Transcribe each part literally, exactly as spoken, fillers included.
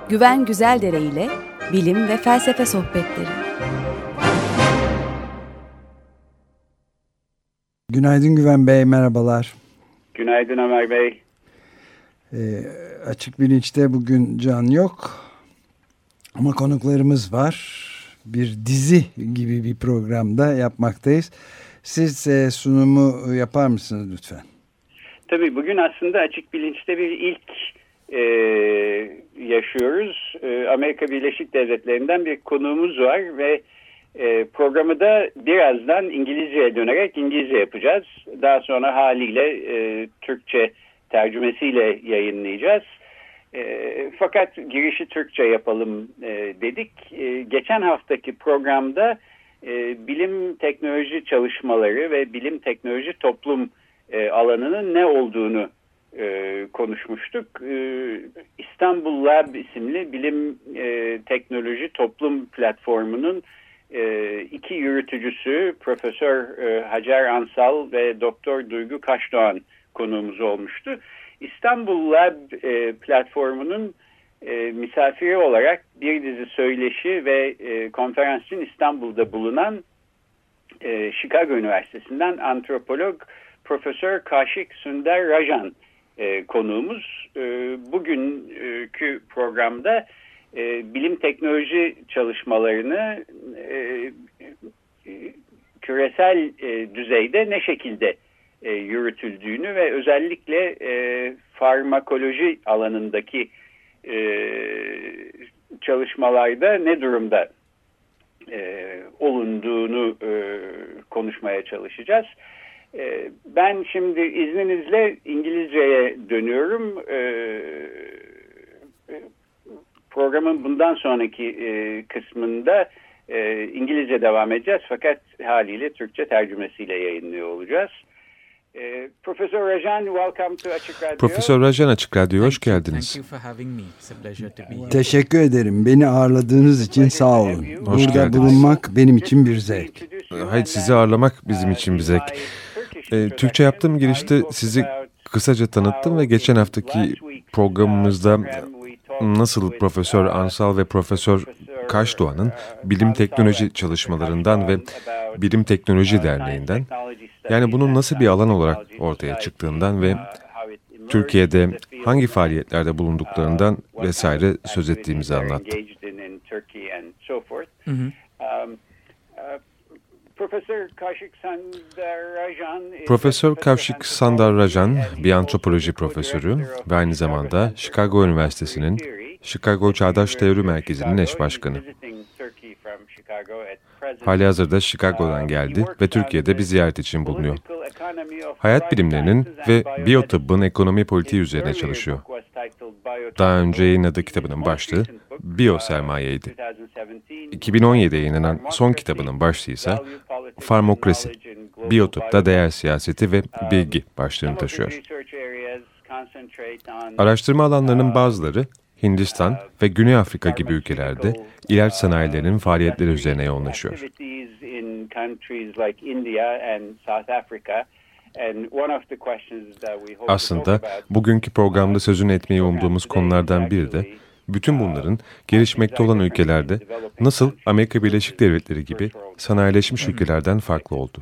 Güven Güzeldere ile bilim ve felsefe sohbetleri. Günaydın Güven Bey, merhabalar. Günaydın Ömer Bey. E, açık Bilinç'te bugün Can yok ama konuklarımız var. Bir dizi gibi bir programda yapmaktayız. Siz e, sunumu yapar mısınız lütfen? Tabii bugün aslında Açık Bilinç'te bir ilk e, yaşıyoruz. E, Amerika Birleşik Devletleri'nden bir konuğumuz var ve e, programı da birazdan İngilizceye dönerek İngilizce yapacağız. Daha sonra haliyle e, Türkçe tercümesiyle yayınlayacağız. E, fakat girişi Türkçe yapalım e, dedik. E, geçen haftaki programda e, bilim teknoloji çalışmaları ve bilim teknoloji toplum e, alanının ne olduğunu e, konuşmuştuk. E, İstanbul Lab isimli bilim e, teknoloji toplum platformunun e, iki yürütücüsü Profesör e, Hacer Ansal ve Doktor Duygu Kaşdoğan konuğumuz olmuştu. İstanbul Lab e, platformunun e, misafiri olarak bir dizi söyleşi ve e, konferans için İstanbul'da bulunan e, Chicago Üniversitesi'nden antropolog Profesör Kaushik Sunder Rajan e, konuğumuz. E, bugünkü programda e, bilim teknoloji çalışmalarını e, e, küresel e, düzeyde ne şekilde E, yürütüldüğünü ve özellikle e, farmakoloji alanındaki e, çalışmalarda ne durumda e, olunduğunu e, konuşmaya çalışacağız. E, ben şimdi izninizle İngilizceye dönüyorum. E, programın bundan sonraki e, kısmında e, İngilizce devam edeceğiz fakat haliyle Türkçe tercümesiyle yayınlıyor olacağız. Profesör Rajan, welcome to Açık Radyo. Profesör Rajan, Açık Radyo'ya hoş geldiniz. Teşekkür ederim. Beni ağırladığınız için sağ olun. Hoş Burada geldiniz. bulunmak benim için bir zevk. Hayır, sizi ağırlamak bizim için bir zevk. Ee, Türkçe yaptığım girişte sizi kısaca tanıttım ve geçen haftaki programımızda nasıl Profesör Ansal ve Profesör Kaşdoğan'ın bilim teknoloji çalışmalarından ve Bilim Teknoloji Derneği'nden, yani bunun nasıl bir alan olarak ortaya çıktığından ve Türkiye'de hangi faaliyetlerde bulunduklarından vesaire söz ettiğimizi anlattım. Hı hı. Profesör Kaushik Sunder Rajan bir antropoloji profesörü ve aynı zamanda Chicago Üniversitesi'nin Chicago Çağdaş Teori Merkezi'nin eş başkanı. Halihazırda Chicago'dan geldi ve Türkiye'de bir ziyaret için bulunuyor. Hayat bilimlerinin ve biyotıbbın ekonomi politiği üzerine çalışıyor. Daha önce yayınladığı kitabının başlığı Biyosermayeydi. iki bin on yedide yayınlanan son kitabının başlığı ise Farmokrasi, Biyotıpta Değer Siyaseti ve Bilgi başlığını taşıyor. Araştırma alanlarının bazıları Hindistan ve Güney Afrika gibi ülkelerde ilaç sanayilerinin faaliyetleri üzerine yoğunlaşıyor. Aslında bugünkü programda sözünü etmeyi umduğumuz konulardan biri de bütün bunların gelişmekte olan ülkelerde nasıl Amerika Birleşik Devletleri gibi sanayileşmiş ülkelerden farklı oldu.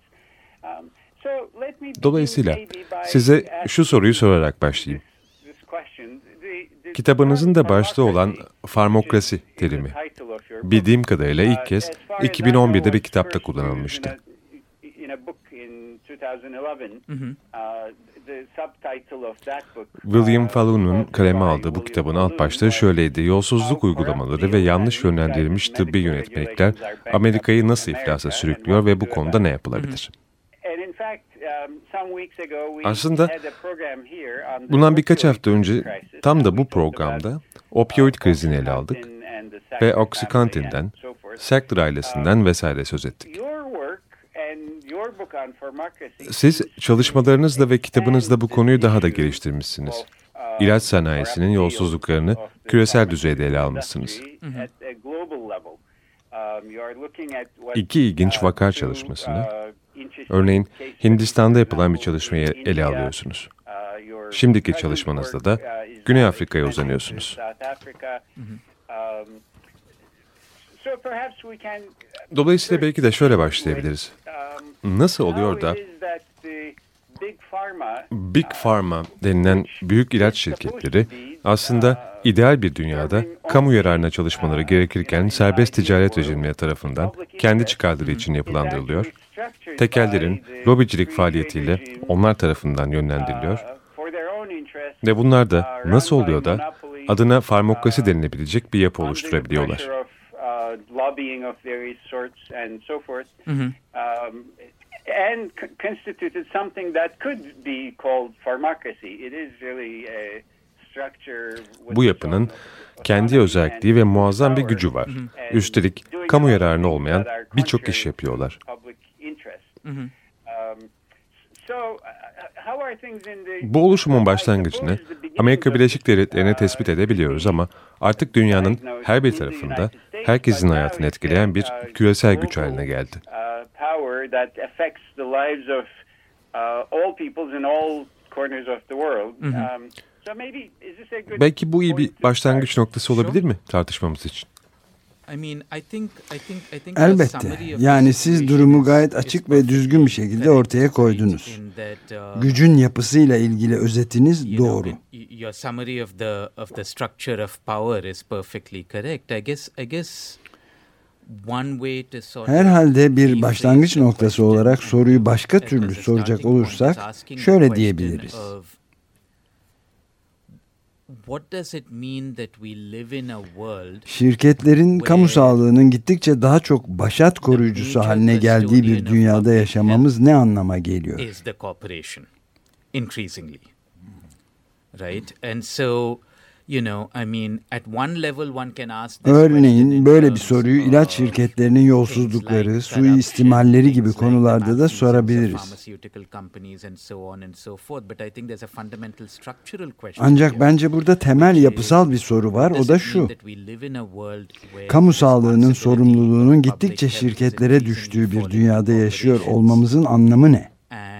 Dolayısıyla size şu soruyu sorarak başlayayım. Kitabınızın da başlığı olan farmokrasi terimi, bildiğim kadarıyla ilk kez iki bin on birde bir kitapta kullanılmıştı. Hı hı. William Fallon'un kaleme aldığı bu kitabın alt başlığı şöyleydi: Yolsuzluk uygulamaları ve yanlış yönlendirilmiş tıbbi yönetmelikler Amerika'yı nasıl iflasa sürüklüyor ve bu konuda ne yapılabilir? Aslında bundan birkaç hafta önce tam da bu programda opioid krizini ele aldık ve Oxycontin'den, Sackler ailesinden vesaire söz ettik. Siz çalışmalarınızla ve kitabınızla bu konuyu daha da geliştirmişsiniz. İlaç sanayisinin yolsuzluklarını küresel düzeyde ele almışsınız. İki ilginç vaka çalışmasını, örneğin Hindistan'da yapılan bir çalışmayı ele alıyorsunuz. Şimdiki çalışmanızda da Güney Afrika'ya uzanıyorsunuz. Dolayısıyla belki de şöyle başlayabiliriz. Nasıl oluyor da Big Pharma denilen büyük ilaç şirketleri aslında ideal bir dünyada kamu yararına çalışmaları gerekirken serbest ticaret rejimleri tarafından kendi çıkarları için yapılandırılıyor, tekellerin lobicilik faaliyetiyle onlar tarafından yönlendiriliyor ve bunlar da nasıl oluyor da adına farmakoloji denilebilecek bir yapı oluşturabiliyorlar. Mm-hmm. Um, and constituted something that could be called pharmacy. It is really a structure. Bu yapının kendi özelliği ve muazzam bir gücü var. Üstelik kamu yararına olmayan birçok iş yapıyorlar. Bu oluşumun başlangıcını Amerika Birleşik Devletleri'ne tespit edebiliyoruz ama artık dünyanın her bir tarafında herkesin hayatını etkileyen bir küresel güç haline geldi. Belki bu iyi bir başlangıç noktası olabilir mi tartışmamız için? Elbette. Yani siz durumu gayet açık ve düzgün bir şekilde ortaya koydunuz. Gücün yapısıyla ilgili özetiniz doğru. Herhalde bir başlangıç noktası olarak soruyu başka türlü soracak olursak şöyle diyebiliriz. Şirketlerin kamu sağlığının gittikçe daha çok başat koruyucusu haline geldiği bir dünyada yaşamamız ne anlama geliyor? Örneğin böyle bir soruyu ilaç şirketlerinin yolsuzlukları, suistimalleri gibi konularda da sorabiliriz. Ancak bence burada temel yapısal bir soru var, o da şu. Kamu sağlığının sorumluluğunun gittikçe şirketlere düştüğü bir dünyada yaşıyor olmamızın anlamı ne?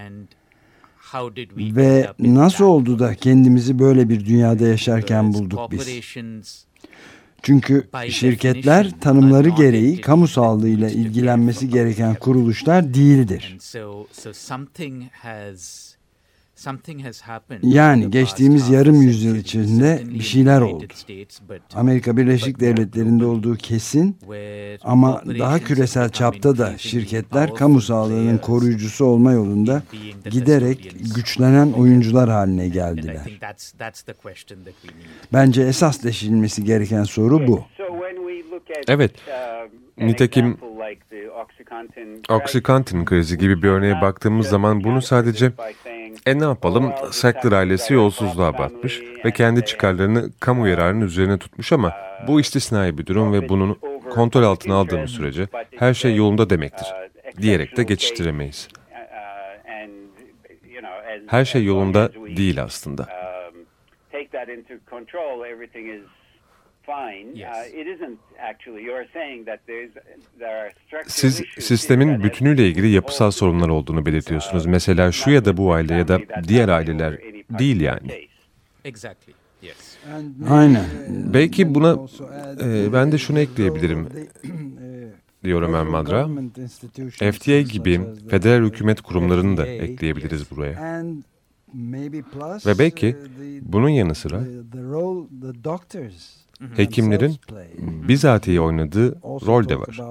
Ve nasıl oldu da kendimizi böyle bir dünyada yaşarken bulduk biz? Çünkü şirketler tanımları gereği kamu sağlığıyla ilgilenmesi gereken kuruluşlar değildir. Yani geçtiğimiz yarım yüzyıl içinde bir şeyler oldu. Amerika Birleşik Devletleri'nde olduğu kesin ama daha küresel çapta da şirketler kamu sağlığının koruyucusu olma yolunda giderek güçlenen oyuncular haline geldiler. Bence esas deşilmesi gereken soru bu. Evet. Nitekim Oxycontin krizi gibi bir örneğe baktığımız zaman bunu sadece e ne yapalım Sackler ailesi yolsuzluğa batmış ve kendi çıkarlarını kamu yararının üzerine tutmuş ama bu istisnai bir durum ve bunun kontrol altına aldığımız sürece her şey yolunda demektir diyerek de geçiştiremeyiz. Her şey yolunda değil aslında. Siz sistemin bütünüyle ilgili yapısal sorunlar olduğunu belirtiyorsunuz. Mesela şu ya da bu aile ya da diğer aileler değil yani. Aynen. Belki buna e, ben de şunu ekleyebilirim diyor Ömer Madra. F D A gibi federal hükümet kurumlarını da ekleyebiliriz buraya. Ve belki bunun yanı sıra hekimlerin bizatihi oynadığı rol de var.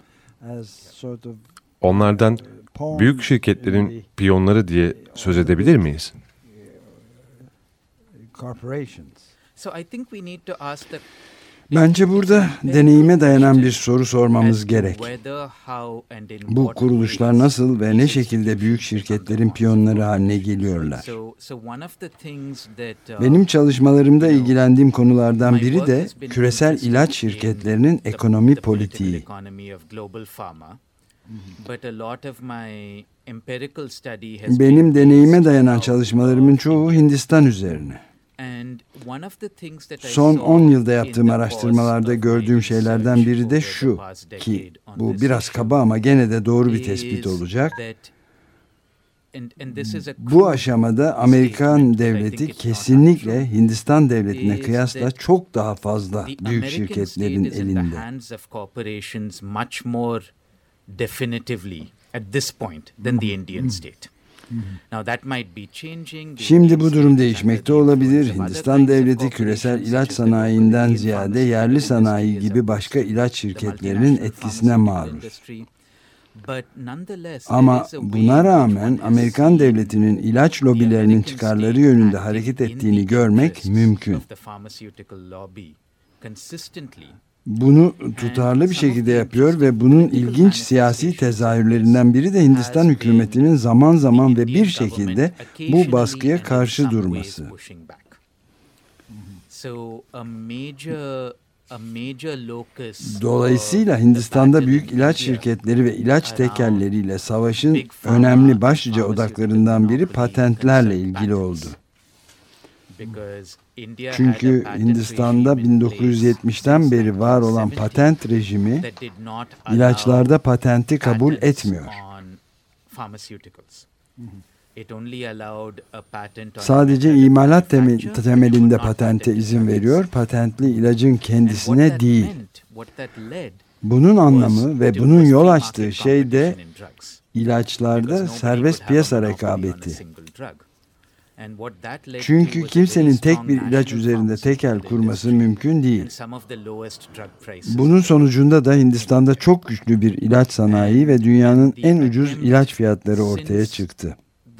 Onlardan büyük şirketlerin piyonları diye söz edebilir miyiz? Bence burada deneyime dayanan bir soru sormamız gerek. Bu kuruluşlar nasıl ve ne şekilde büyük şirketlerin piyonları haline geliyorlar? Benim çalışmalarımda ilgilendiğim konulardan biri de küresel ilaç şirketlerinin ekonomi politiği. Benim deneyime dayanan çalışmalarımın çoğu Hindistan üzerine. Son on yılda yaptığım araştırmalarda gördüğüm şeylerden biri de şu ki bu biraz kaba ama gene de doğru bir tespit olacak. Bu aşamada Amerikan devleti kesinlikle Hindistan devletine kıyasla çok daha fazla büyük şirketlerin elinde. Şimdi bu durum değişmekte olabilir. Hindistan devleti küresel ilaç sanayinden ziyade yerli sanayi gibi başka ilaç şirketlerinin etkisine maruz. Ama buna rağmen Amerikan devletinin ilaç lobilerinin çıkarları yönünde hareket ettiğini görmek mümkün. Bunu tutarlı bir şekilde yapıyor ve bunun ilginç siyasi tezahürlerinden biri de Hindistan hükümetinin zaman zaman ve bir şekilde bu baskıya karşı durması. Dolayısıyla Hindistan'da büyük ilaç şirketleri ve ilaç tekerleriyle savaşın önemli başlıca odaklarından biri patentlerle ilgili oldu. Çünkü Hindistan'da bin dokuz yüz yetmişten beri var olan patent rejimi ilaçlarda patenti kabul etmiyor. Sadece imalat temelinde patente izin veriyor, patentli ilacın kendisine değil. Bunun anlamı ve bunun yol açtığı şey de ilaçlarda serbest piyasa rekabeti. Çünkü kimsenin tek bir ilaç üzerinde tekel kurması mümkün değil. Bunun sonucunda da Hindistan'da çok güçlü bir ilaç sanayi ve dünyanın en ucuz ilaç fiyatları ortaya çıktı.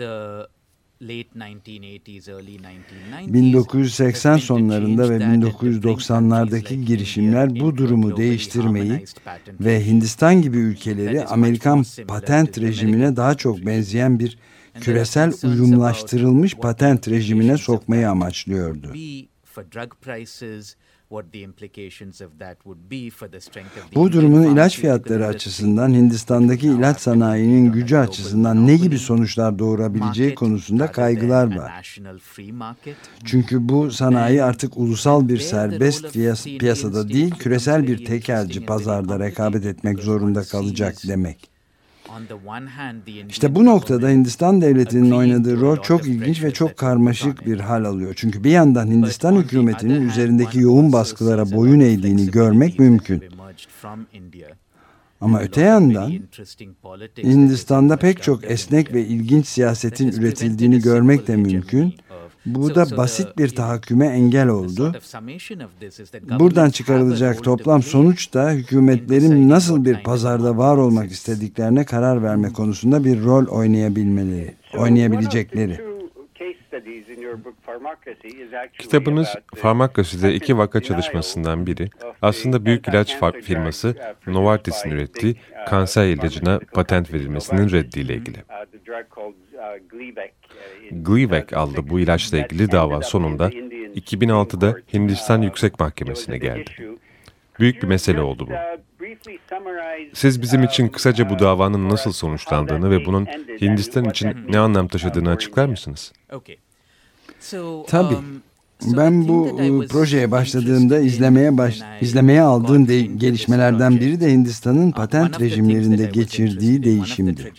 bin dokuz yüz seksen sonlarında ve bin dokuz yüz doksanlardaki girişimler bu durumu değiştirmeyi ve Hindistan gibi ülkeleri Amerikan patent rejimine daha çok benzeyen bir küresel uyumlaştırılmış patent rejimine sokmayı amaçlıyordu. Bu durumun ilaç fiyatları açısından Hindistan'daki ilaç sanayinin gücü açısından ne gibi sonuçlar doğurabileceği konusunda kaygılar var. Çünkü bu sanayi artık ulusal bir serbest piyasada değil, küresel bir tekelci pazarda rekabet etmek zorunda kalacak demek. İşte bu noktada Hindistan devletinin oynadığı rol çok ilginç ve çok karmaşık bir hal alıyor. Çünkü bir yandan Hindistan hükümetinin üzerindeki yoğun baskılara boyun eğdiğini görmek mümkün. Ama öte yandan Hindistan'da pek çok esnek ve ilginç siyasetin üretildiğini görmek de mümkün. Bu da basit bir tahakküme engel oldu. Buradan çıkarılacak toplam sonuç da hükümetlerin nasıl bir pazarda var olmak istediklerine karar verme konusunda bir rol oynayabilmeleri, oynayabilecekleri. Kitabınız Farmakasi'de iki vaka çalışmasından biri aslında büyük ilaç firması Novartis'in ürettiği kanser ilacına patent verilmesinin reddiyle ilgili. Glivec adlı bu ilaçla ilgili dava sonunda iki bin altıda Hindistan Yüksek Mahkemesi'ne geldi. Büyük bir mesele oldu bu. Siz bizim için kısaca bu davanın nasıl sonuçlandığını ve bunun Hindistan için ne anlam taşıdığını açıklar mısınız? Tabii. Ben bu projeye başladığımda izlemeye baş, izlemeye aldığım de, gelişmelerden biri de Hindistan'ın patent rejimlerinde geçirdiği değişimdi.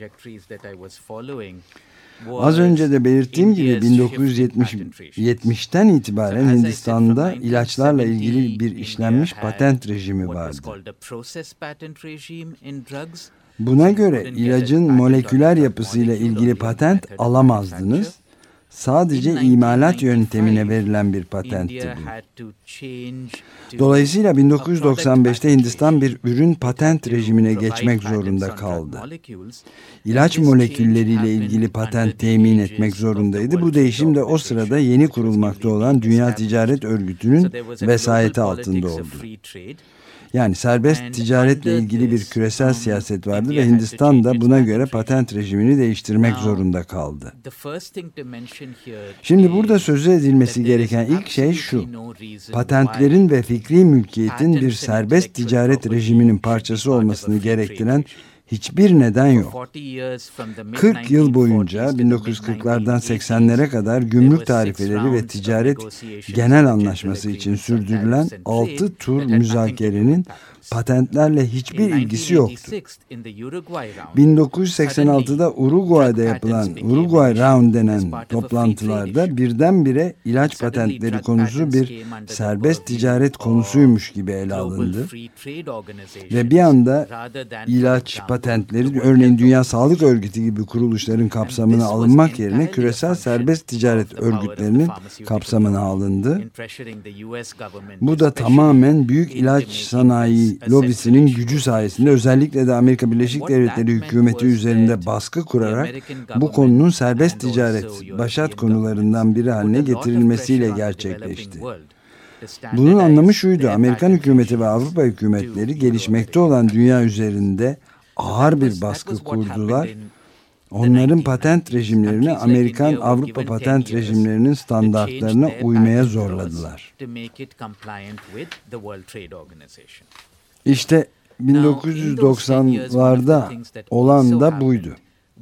Az önce de belirttiğim gibi bin dokuz yüz yetmişten itibaren Hindistan'da ilaçlarla ilgili bir işlenmiş patent rejimi vardı. Buna göre ilacın moleküler yapısıyla ilgili patent alamazdınız. Sadece imalat yöntemine verilen bir patentti bu. Dolayısıyla bin dokuz yüz doksan beşte Hindistan bir ürün patent rejimine geçmek zorunda kaldı. İlaç molekülleriyle ilgili patent temin etmek zorundaydı. Bu değişim de o sırada yeni kurulmakta olan Dünya Ticaret Örgütü'nün vesayeti altında oldu. Yani serbest ticaretle ilgili bir küresel siyaset vardı ve Hindistan da buna göre patent rejimini değiştirmek zorunda kaldı. Şimdi burada sözü edilmesi gereken ilk şey şu: patentlerin ve fikri mülkiyetin bir serbest ticaret rejiminin parçası olmasını gerektiren hiçbir neden yok. kırk yıl boyunca bin dokuz yüz kırklardan seksenlere kadar gümrük tarifeleri ve ticaret genel anlaşması için sürdürülen altı tur müzakerenin patentlerle hiçbir ilgisi yoktu. bin dokuz yüz seksen altıda Uruguay'da yapılan Uruguay Round denen toplantılarda birdenbire ilaç patentleri konusu bir serbest ticaret konusuymuş gibi ele alındı. Ve bir anda ilaç patentleri örneğin Dünya Sağlık Örgütü gibi kuruluşların kapsamına alınmak yerine küresel serbest ticaret örgütlerinin kapsamına alındı. Bu da tamamen büyük ilaç sanayi lobisinin gücü sayesinde, özellikle de Amerika Birleşik Devletleri hükümeti üzerinde baskı kurarak bu konunun serbest ticaret başat konularından biri haline getirilmesiyle gerçekleşti. Bunun anlamı şuydu: Amerikan hükümeti ve Avrupa hükümetleri gelişmekte olan dünya üzerinde ağır bir baskı kurdular. Onların patent rejimlerini Amerikan, Avrupa patent rejimlerinin standartlarına uymaya zorladılar. İşte bin dokuz yüz doksanlarda olan da buydu.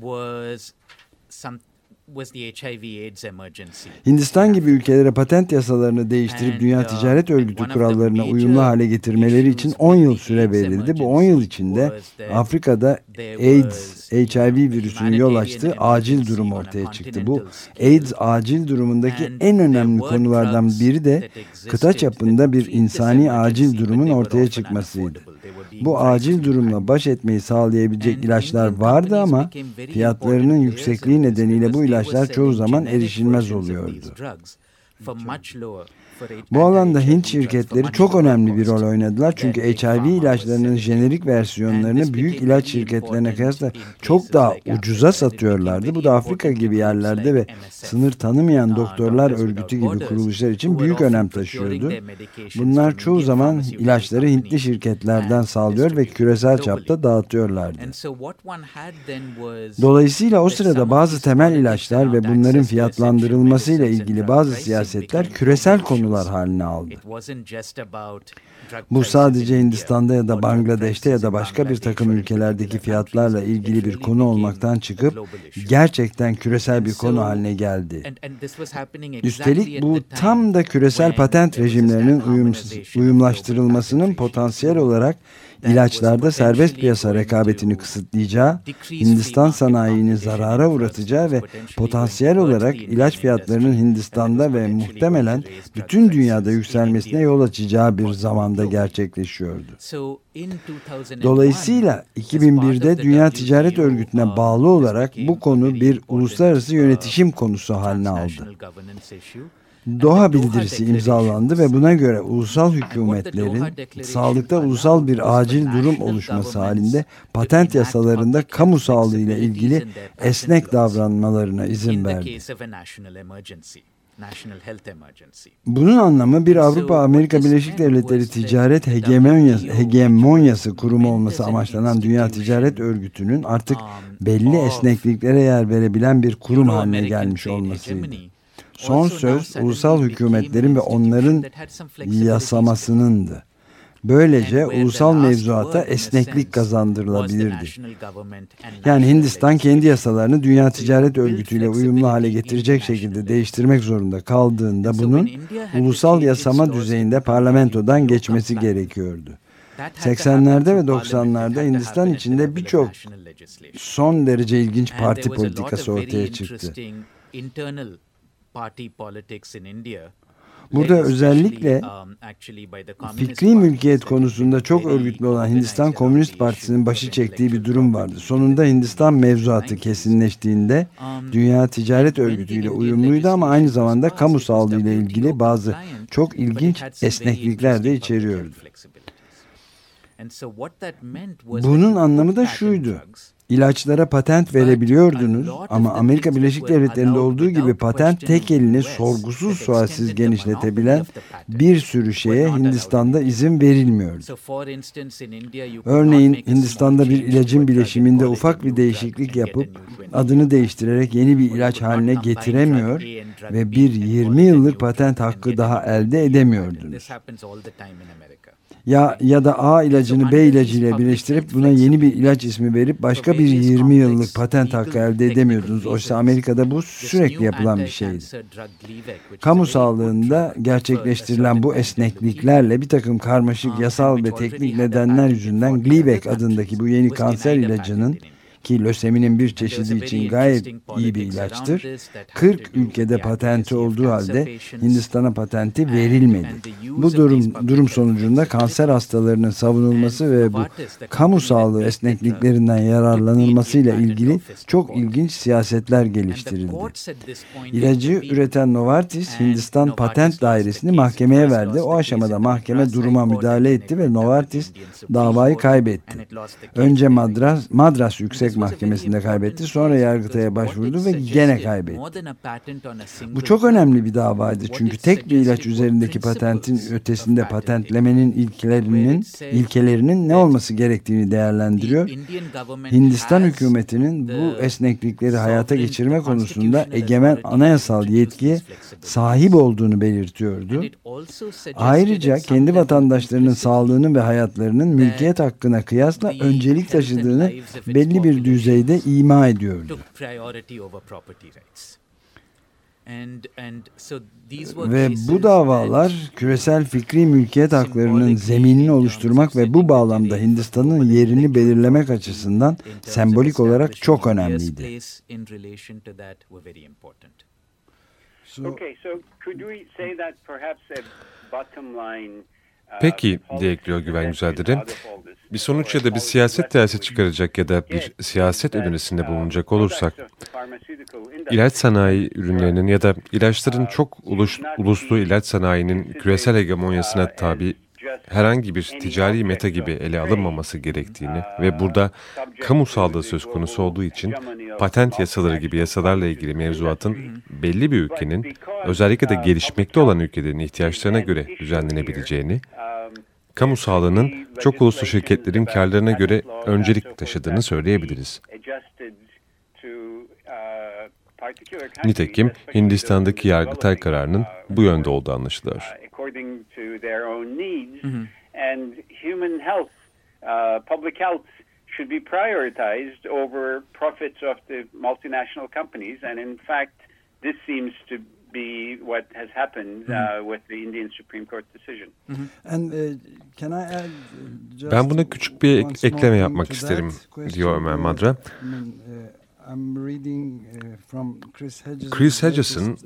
Hindistan gibi ülkelere patent yasalarını değiştirip Dünya Ticaret Örgütü kurallarına uyumlu hale getirmeleri için on yıl süre verildi. Bu on yıl içinde Afrika'da AIDS, H I V virüsünün yol açtığı acil durum ortaya çıktı. Bu AIDS acil durumundaki en önemli konulardan biri de kıta çapında bir insani acil durumun ortaya çıkmasıydı. Bu acil durumla baş etmeyi sağlayabilecek ilaçlar vardı ama fiyatlarının yüksekliği nedeniyle bu ilaçlar çoğu zaman erişilmez oluyordu. Bu alanda Hint şirketleri çok önemli bir rol oynadılar çünkü H I V ilaçlarının jenerik versiyonlarını büyük ilaç şirketlerine kıyasla çok daha ucuza satıyorlardı. Bu da Afrika gibi yerlerde ve sınır tanımayan doktorlar örgütü gibi kuruluşlar için büyük önem taşıyordu. Bunlar çoğu zaman ilaçları Hintli şirketlerden sağlıyor ve küresel çapta dağıtıyorlardı. Dolayısıyla o sırada bazı temel ilaçlar ve bunların fiyatlandırılmasıyla ilgili bazı siyasetler küresel konular haline aldı. Bu sadece Hindistan'da ya da Bangladeş'te ya da başka bir takım ülkelerdeki fiyatlarla ilgili bir konu olmaktan çıkıp gerçekten küresel bir konu haline geldi. Üstelik bu tam da küresel patent rejimlerinin uyumsuz, uyumlaştırılmasının potansiyel olarak ilaçlarda serbest piyasa rekabetini kısıtlayacağı, Hindistan sanayini zarara uğratacağı ve potansiyel olarak ilaç fiyatlarının Hindistan'da ve muhtemelen bütün dünyada yükselmesine yol açacağı bir zamanda gerçekleşiyordu. Dolayısıyla iki bin birde Dünya Ticaret Örgütü'ne bağlı olarak bu konu bir uluslararası yönetişim konusu haline aldı. Doha bildirisi imzalandı ve buna göre ulusal hükümetlerin sağlıkta ulusal bir acil durum oluşması halinde patent yasalarında kamu sağlığı ile ilgili esnek davranmalarına izin verdi. Bunun anlamı bir Avrupa-Amerika Birleşik Devletleri ticaret hegemonyası, hegemonyası kurumu olması amaçlanan Dünya Ticaret Örgütü'nün artık belli esnekliklere yer verebilen bir kurum haline gelmiş olmasıydı. Son söz ulusal hükümetlerin ve onların yasamasınındı. Böylece ulusal mevzuata esneklik kazandırılabilirdi. Yani Hindistan kendi yasalarını Dünya Ticaret Örgütü ile uyumlu hale getirecek şekilde değiştirmek zorunda kaldığında bunun ulusal yasama düzeyinde parlamentodan geçmesi gerekiyordu. seksenlerde ve doksanlarda Hindistan içinde birçok son derece ilginç parti politikası ortaya çıktı. Burada özellikle fikri mülkiyet konusunda çok örgütlü olan Hindistan Komünist Partisi'nin başı çektiği bir durum vardı. Sonunda Hindistan mevzuatı kesinleştiğinde Dünya Ticaret Örgütü ile uyumluydu ama aynı zamanda kamu sağlığı ile ilgili bazı çok ilginç esneklikler de içeriyordu. Bunun anlamı da şuydu: İlaçlara patent verebiliyordunuz ama Amerika Birleşik Devletleri'nde olduğu gibi patent tek eline sorgusuz sualsiz genişletebilen bir sürü şeye Hindistan'da izin verilmiyordu. Örneğin Hindistan'da bir ilacın bileşiminde ufak bir değişiklik yapıp adını değiştirerek yeni bir ilaç haline getiremiyor ve bir yirmi yıllık patent hakkı daha elde edemiyordunuz. Ya ya da A ilacını B ilacıyla birleştirip buna yeni bir ilaç ismi verip başka bir yirmi yıllık patent hakkı elde edemiyordunuz. Oysa Amerika'da bu sürekli yapılan bir şeydi. Kamu sağlığında gerçekleştirilen bu esnekliklerle bir takım karmaşık yasal ve teknik nedenler yüzünden Gleevec adındaki bu yeni kanser ilacının, ki löseminin bir çeşidi için gayet iyi bir ilaçtır, kırk ülkede patenti olduğu halde Hindistan'a patenti verilmedi. Bu durum, durum sonucunda kanser hastalarının savunulması ve bu kamu sağlığı esnekliklerinden yararlanılmasıyla ilgili çok ilginç siyasetler geliştirildi. İlacı üreten Novartis, Hindistan Patent Dairesi'ni mahkemeye verdi. O aşamada mahkeme duruma müdahale etti ve Novartis davayı kaybetti. Önce Madras, Madras Yüksek Mahkemesi'nde kaybetti, sonra Yargıtay'a başvurdu ve gene kaybetti. Bu çok önemli bir davaydı çünkü tek bir ilaç üzerindeki patentin ötesinde patentlemenin ilkelerinin, ilkelerinin ne olması gerektiğini değerlendiriyor. Hindistan hükümetinin bu esneklikleri hayata geçirme konusunda egemen anayasal yetkiye sahip olduğunu belirtiyordu. Ayrıca kendi vatandaşlarının sağlığının ve hayatlarının mülkiyet hakkına kıyasla öncelik taşıdığını belli bir düzeyde ima ediyordu. Ve bu davalar küresel fikri mülkiyet haklarının zeminini oluşturmak ve bu bağlamda Hindistan'ın yerini belirlemek açısından sembolik olarak çok önemliydi. Peki, diye ekliyor Güven Güzeldere, bir sonuç ya da bir siyaset dersi çıkaracak ya da bir siyaset önerisinde bulunacak olursak, ilaç sanayi ürünlerinin ya da ilaçların çok ulus, uluslu ilaç sanayinin küresel hegemonyasına tabi herhangi bir ticari meta gibi ele alınmaması gerektiğini ve burada kamu sağlığı söz konusu olduğu için patent yasaları gibi yasalarla ilgili mevzuatın belli bir ülkenin, özellikle de gelişmekte olan ülkelerin ihtiyaçlarına göre düzenlenebileceğini, kamu sağlığının çok uluslu şirketlerin karlarına göre öncelik taşıdığını söyleyebiliriz. Nitekim Hindistan'daki Yargıtay kararının bu yönde olduğu anlaşılıyor. Should be prioritized over profits of the multinational companies, and in fact, this seems to be what has happened uh, with the Indian Supreme Court decision. And uh, can I add just Ben buna küçük bir ek- ekleme yapmak isterim, diyor Ömer Madra. Chris Hedges'in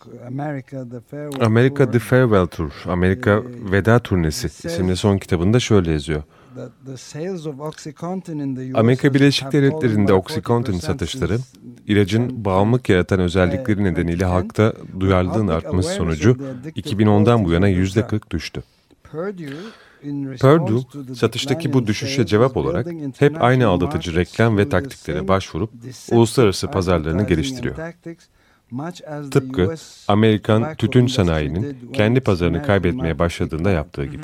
America The Farewell Tour, Amerika Veda Turnesi isimli son kitabında şöyle yazıyor. Amerika Birleşik Devletleri'nde Oxycontin satışları, ilacın bağımlılık yaratan özellikleri nedeniyle halkta duyarlılığın artması sonucu iki bin ondan bu yana yüzde kırk düştü. Purdue, satıştaki bu düşüşe cevap olarak hep aynı aldatıcı reklam ve taktiklere başvurup uluslararası pazarlarını geliştiriyor. Tıpkı Amerikan tütün sanayinin kendi pazarını kaybetmeye başladığında yaptığı gibi.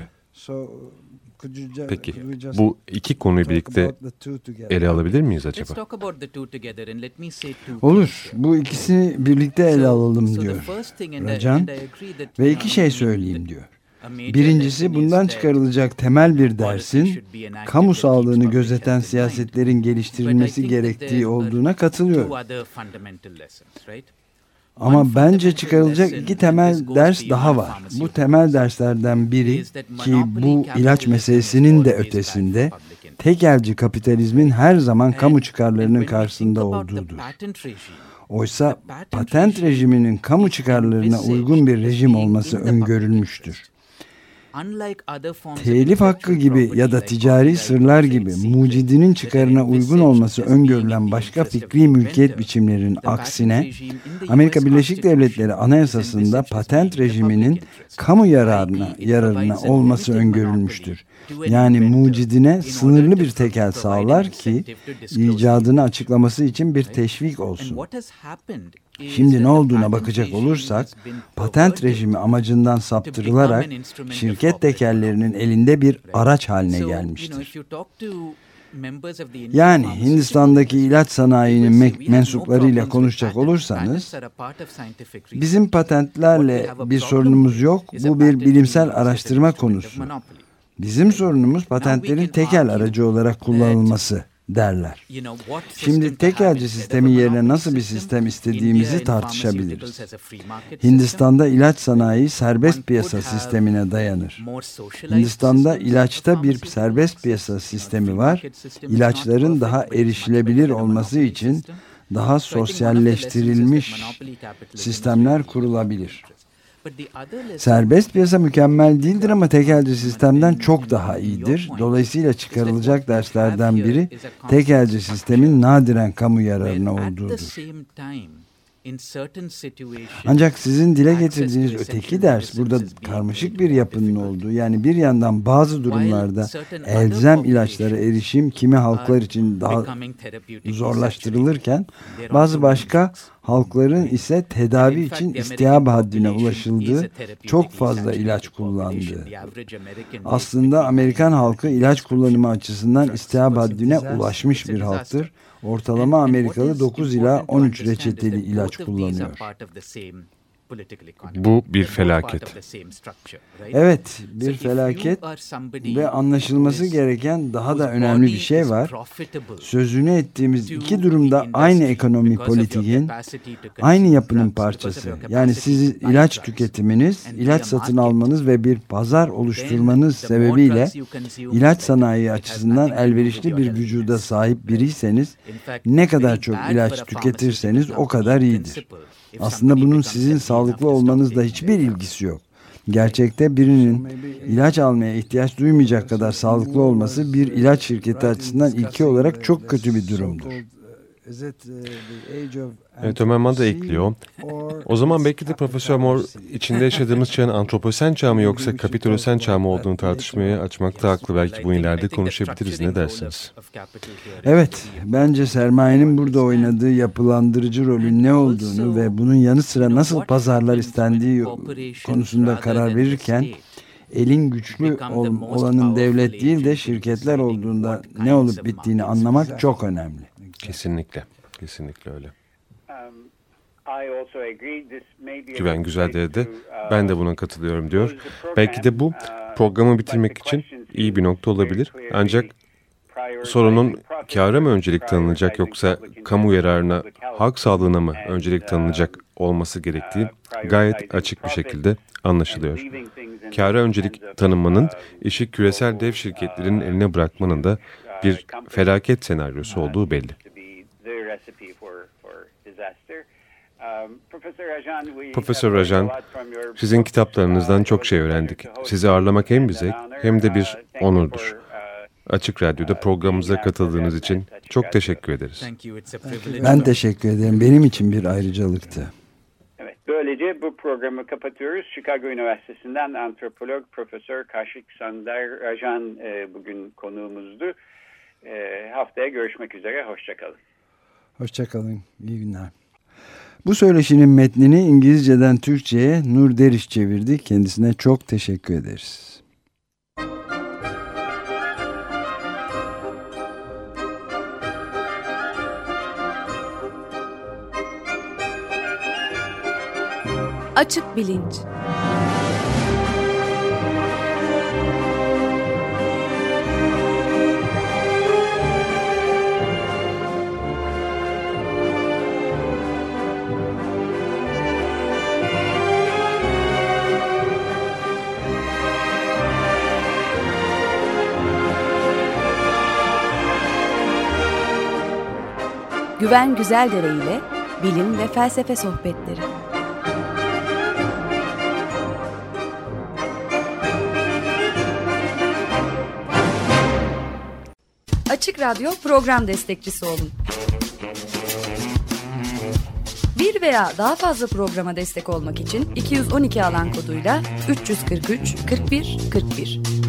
Peki, bu iki konuyu birlikte ele alabilir miyiz acaba? Olur, bu ikisini birlikte ele alalım diyor Rajan ve iki şey söyleyeyim diyor. Birincisi, bundan çıkarılacak temel bir dersin kamu sağlığını gözeten siyasetlerin geliştirilmesi gerektiği olduğuna katılıyorum. Ama bence çıkarılacak iki temel ders daha var. Bu temel derslerden biri, ki bu ilaç meselesinin de ötesinde, tekelci kapitalizmin her zaman kamu çıkarlarının karşısında olduğudur. Oysa patent rejiminin kamu çıkarlarına uygun bir rejim olması öngörülmüştür. Telif hakkı gibi ya da ticari sırlar gibi mucidinin çıkarına uygun olması öngörülen başka fikri mülkiyet biçimlerinin aksine, Amerika Birleşik Devletleri Anayasası'nda patent rejiminin kamu yararına, yararına olması öngörülmüştür. Yani mucidine sınırlı bir tekel sağlar ki icadını açıklaması için bir teşvik olsun. Şimdi ne olduğuna bakacak olursak, patent rejimi amacından saptırılarak şirket tekellerinin elinde bir araç haline gelmiştir. Yani Hindistan'daki ilaç sanayinin mensuplarıyla konuşacak olursanız, bizim patentlerle bir sorunumuz yok, bu bir bilimsel araştırma konusu. Bizim sorunumuz patentlerin tekel aracı olarak kullanılması derler. Şimdi tekelci sistemi yerine nasıl bir sistem istediğimizi tartışabiliriz. Hindistan'da ilaç sanayi serbest piyasa sistemine dayanır. Hindistan'da ilaçta bir serbest piyasa sistemi var. İlaçların daha erişilebilir olması için daha sosyalleştirilmiş sistemler kurulabilir. Serbest piyasa mükemmel değildir ama tekelci sistemden çok daha iyidir. Dolayısıyla çıkarılacak derslerden biri tekelci sistemin nadiren kamu yararına olduğudur. Ancak sizin dile getirdiğiniz öteki ders burada karmaşık bir yapının olduğu, yani bir yandan bazı durumlarda elzem ilaçlara erişim kimi halklar için daha zorlaştırılırken bazı başka halkların ise tedavi için istihap haddine ulaşıldığı, çok fazla ilaç kullandığı. Aslında Amerikan halkı ilaç kullanımı açısından istihap haddine ulaşmış bir halktır. Ortalama Amerikalı dokuz ila on üç reçeteli ilaç kullanıyor. Bu bir felaket. Evet, bir felaket ve anlaşılması gereken daha da önemli bir şey var. Sözünü ettiğimiz iki durumda aynı ekonomi politiğin, aynı yapının parçası. Yani siz ilaç tüketiminiz, ilaç satın almanız ve bir pazar oluşturmanız sebebiyle ilaç sanayi açısından elverişli bir vücuda sahip biriyseniz, ne kadar çok ilaç tüketirseniz o kadar iyidir. Aslında bunun sizin sağlıklı olmanızla hiçbir ilgisi yok. Gerçekte birinin ilaç almaya ihtiyaç duymayacak kadar sağlıklı olması bir ilaç şirketi açısından ilki olarak çok kötü bir durumdur. Evet, Ömer Madra da ekliyor. O zaman belki de Profesör Moore içinde yaşadığımız çağın antroposen çağı mı yoksa kapitalosen çağı mı olduğunu tartışmaya açmakta haklı. Belki bu ileride konuşabiliriz. Ne dersiniz? Evet, bence sermayenin burada oynadığı yapılandırıcı rolün ne olduğunu ve bunun yanı sıra nasıl pazarlar istendiği konusunda karar verirken elin güçlü ol, olanın devlet değil de şirketler olduğunda ne olup bittiğini anlamak çok önemli. Kesinlikle, kesinlikle öyle. Güven Güzeldere'de ben de buna katılıyorum diyor. Belki de bu programı bitirmek için iyi bir nokta olabilir. Ancak sorunun kâra mı öncelik tanınacak yoksa kamu yararına, halk sağlığına mı öncelik tanınacak olması gerektiği gayet açık bir şekilde anlaşılıyor. Kâra öncelik tanınmanın işi küresel dev şirketlerin eline bırakmanın da bir felaket senaryosu olduğu belli. Profesör Rajan, sizin kitaplarınızdan çok şey öğrendik. Sizi ağırlamak hem bize hem de bir onurdur. Açık Radyo'da programımıza katıldığınız için çok teşekkür ederiz. Ben teşekkür ederim. Benim için bir ayrıcalıktı. Evet, böylece bu programı kapatıyoruz. Chicago Üniversitesi'nden antropolog Profesör Kaushik Soundararajan e, bugün konuğumuzdu. E, haftaya görüşmek üzere. Hoşçakalın. Hoşçakalın. İyi günler. Bu söyleşinin metnini İngilizceden Türkçe'ye Nur Deriş çevirdi. Kendisine çok teşekkür ederiz. Açık Bilinç. Güven Güzeldere ile bilim ve felsefe sohbetleri. Açık Radyo program destekçisi olun. Bir veya daha fazla programa destek olmak için iki yüz on iki alan koduyla üç yüz kırk üç kırk bir kırk bir